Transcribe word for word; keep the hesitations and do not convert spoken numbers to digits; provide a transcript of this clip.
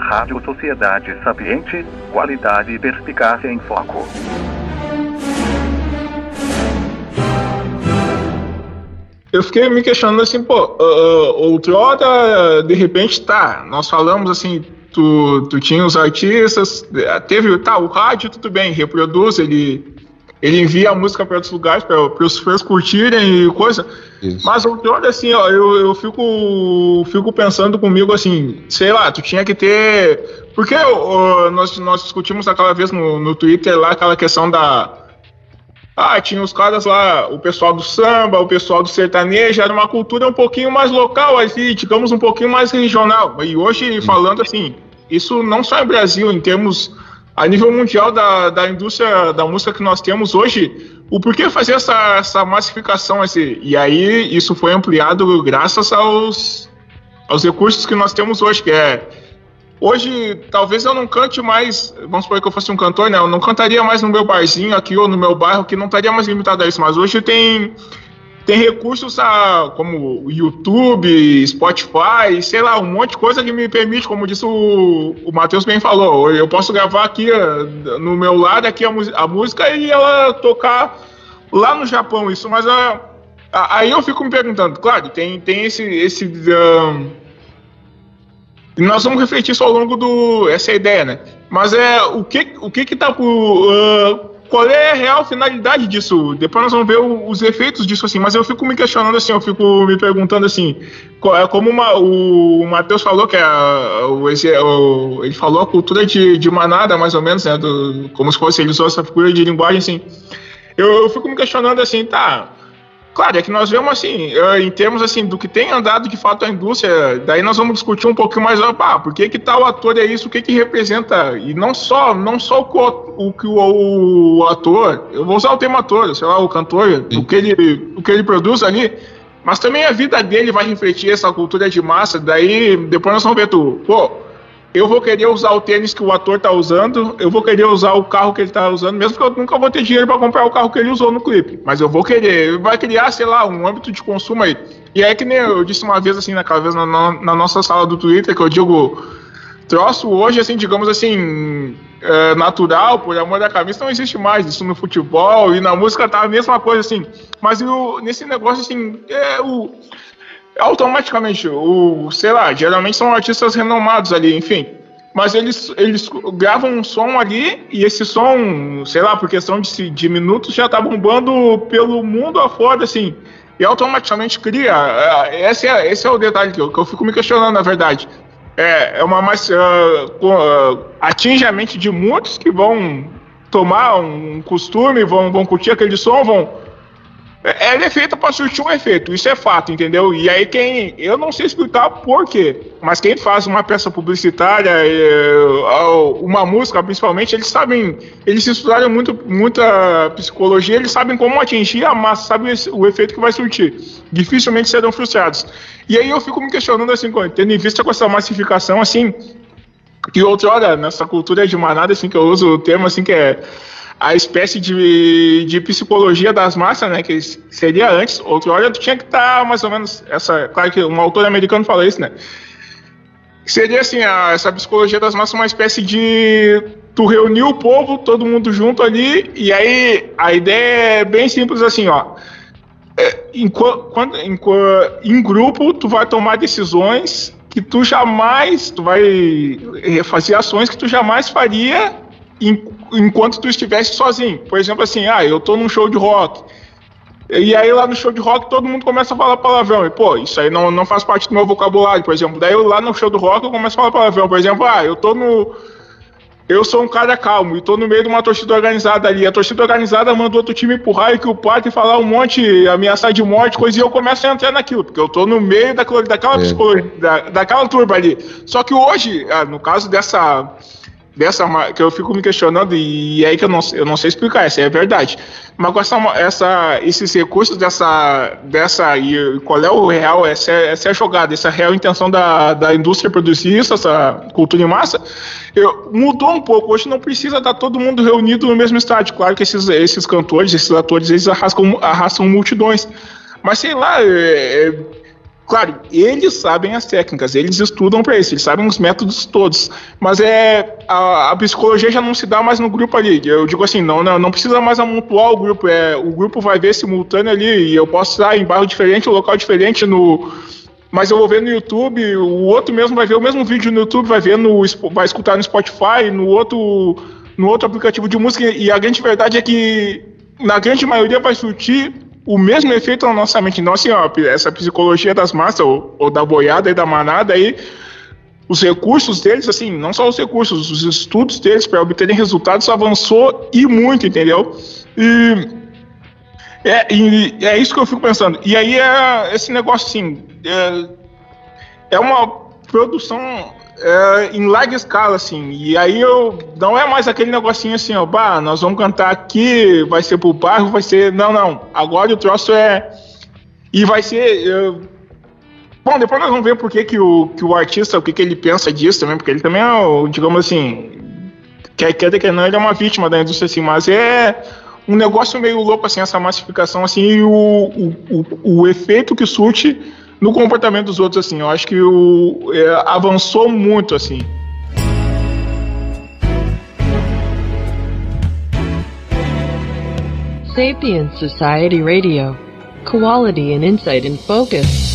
Rádio Sociedade Sapiente, qualidade e perspicácia em foco. Eu fiquei me questionando assim, pô, uh, outrora, de repente, tá, nós falamos assim, tu, tu tinha os artistas, teve, tá, o rádio, tudo bem, reproduz, ele, ele envia a música para outros lugares, para os fãs curtirem e coisa, isso. Mas outrora, assim, ó, eu, eu fico, fico pensando comigo, assim, sei lá, tu tinha que ter, porque uh, nós, nós discutimos aquela vez no, no Twitter lá, aquela questão da... Ah, tinha os caras lá, o pessoal do samba, o pessoal do sertanejo, era uma cultura um pouquinho mais local, assim, digamos, um pouquinho mais regional. E hoje, falando assim, isso não só em Brasil, em termos, a nível mundial da, da indústria da música que nós temos hoje, o porquê fazer essa, essa massificação, assim, e aí isso foi ampliado graças aos, aos recursos que nós temos hoje, que é... Hoje, talvez eu não cante mais, vamos supor que eu fosse um cantor, né? Eu não cantaria mais no meu barzinho aqui ou no meu bairro, que não estaria mais limitado a isso. Mas hoje tem, tem recursos a, como YouTube, Spotify, sei lá, um monte de coisa que me permite, como disse o, o Matheus bem falou, eu posso gravar aqui no meu lado aqui a, a música e ela tocar lá no Japão, isso. Mas a, a, aí eu fico me perguntando, claro, tem, tem esse... esse um, E nós vamos refletir isso ao longo do... Essa é a ideia, né? Mas é... O que o que que tá por... Uh, qual é a real finalidade disso? Depois nós vamos ver o, os efeitos disso, assim. Mas eu fico me questionando, assim. Eu fico me perguntando, assim... Como uma, o Matheus falou, que é a, o, o, ele falou a cultura de, de manada, mais ou menos, né? Do, como se fosse... Ele usou essa figura de linguagem, assim. Eu, eu fico me questionando, assim, tá... Claro, é que nós vemos assim, em termos assim, do que tem andado de fato a indústria, daí nós vamos discutir um pouquinho mais, ah, por que que tal ator é isso, o que que representa, e não só, não só o, o que o, o ator, eu vou usar o termo ator, sei lá, o cantor, o que, ele, o que ele produz ali, mas também a vida dele vai refletir essa cultura de massa, daí depois nós vamos ver tu, pô, eu vou querer usar o tênis que o ator tá usando, eu vou querer usar o carro que ele tá usando, mesmo que eu nunca vou ter dinheiro para comprar o carro que ele usou no clipe. Mas eu vou querer, vai criar, sei lá, um âmbito de consumo aí. E aí que nem eu disse uma vez, assim, naquela vez na, na nossa sala do Twitter, que eu digo, troço hoje, assim, digamos assim, é, natural, por amor da camisa, não existe mais. Isso no futebol e na música tá a mesma coisa, assim. Mas eu, nesse negócio, assim, é o... automaticamente, o, sei lá, geralmente são artistas renomados ali, enfim, mas eles, eles gravam um som ali e esse som, sei lá, por questão de, de minutos já tá bombando pelo mundo afora, assim, e automaticamente cria, esse é, esse é o detalhe que eu, que eu fico me questionando, na verdade, é, é uma mais, uh, uh, atinge a mente de muitos que vão tomar um costume, vão, vão curtir aquele som, vão... Ela é feita para surtir um efeito, isso é fato, entendeu? E aí quem... Eu não sei explicar por quê, mas quem faz uma peça publicitária, uma música principalmente, eles sabem... Eles estudaram muito, muita psicologia, eles sabem como atingir a massa, sabem o efeito que vai surtir. Dificilmente serão frustrados. E aí eu fico me questionando, assim, tendo em vista com essa massificação, assim... Que outrora, nessa cultura de manada, assim, que eu uso o termo, assim, que é... a espécie de, de psicologia das massas, né, que seria antes, outrora tu tinha que estar tá mais ou menos, essa, claro que um autor americano falou isso, né, seria assim, a, essa psicologia das massas, uma espécie de tu reunir o povo, todo mundo junto ali, e aí a ideia é bem simples assim, ó, é, em, quando, em, em grupo tu vai tomar decisões que tu jamais, tu vai fazer ações que tu jamais faria em enquanto tu estivesse sozinho. Por exemplo, assim, ah, eu tô num show de rock, e aí lá no show de rock todo mundo começa a falar palavrão, e pô, isso aí não, não faz parte do meu vocabulário, por exemplo. Daí eu, lá no show do rock eu começo a falar palavrão, por exemplo, ah, eu tô no... Eu sou um cara calmo e tô no meio de uma torcida organizada ali, a torcida organizada manda outro time empurrar e que o padre falar um monte, ameaçar de morte, coisa, e eu começo a entrar naquilo, porque eu tô no meio daquela, daquela, é. psicologia, da, daquela turba ali. Só que hoje, no caso dessa... dessa que eu fico me questionando, e é aí que eu não, eu não sei explicar, essa é a verdade, mas com essa, essa, esses recursos dessa, dessa e qual é o real, essa, essa é a jogada, essa real intenção da, da indústria produzir isso, essa cultura em massa, eu, mudou um pouco. Hoje não precisa estar todo mundo reunido no mesmo estádio. Claro que esses, esses cantores, esses atores, eles arrastam, arrastam multidões, mas sei lá, é, Claro, eles sabem as técnicas, eles estudam para isso, eles sabem os métodos todos, mas é a, a psicologia já não se dá mais no grupo ali. Eu digo assim, não, não, não precisa mais amontoar o grupo, é, o grupo vai ver simultâneo ali, e eu posso estar em bairro diferente, local diferente, no, mas eu vou ver no YouTube, o outro mesmo vai ver o mesmo vídeo no YouTube, vai ver no, vai escutar no Spotify, no outro, no outro aplicativo de música, e a grande verdade é que na grande maioria vai surtir o mesmo efeito na nossa mente. Então, assim, ó, essa psicologia das massas, ou, ou da boiada e da manada, aí, os recursos deles, assim, não só os recursos, os estudos deles para obterem resultados avançou e muito, entendeu? E é, e é isso que eu fico pensando. E aí, é esse negócio, assim, é, é uma produção é, em larga escala, assim, e aí eu, não é mais aquele negocinho assim, ó, bah, nós vamos cantar aqui, vai ser pro bairro, vai ser, não, não, agora o troço é, e vai ser, é, bom, depois nós vamos ver por que, que, o, que o artista, o que, que ele pensa disso também, porque ele também é, digamos assim, quer quer que não, ele é uma vítima da indústria, assim, mas é um negócio meio louco, assim, essa massificação, assim, e o, o, o, o efeito que surte no comportamento dos outros, assim, eu acho que o, é, avançou muito, assim. Sapient Society Radio. Quality and insight in focus.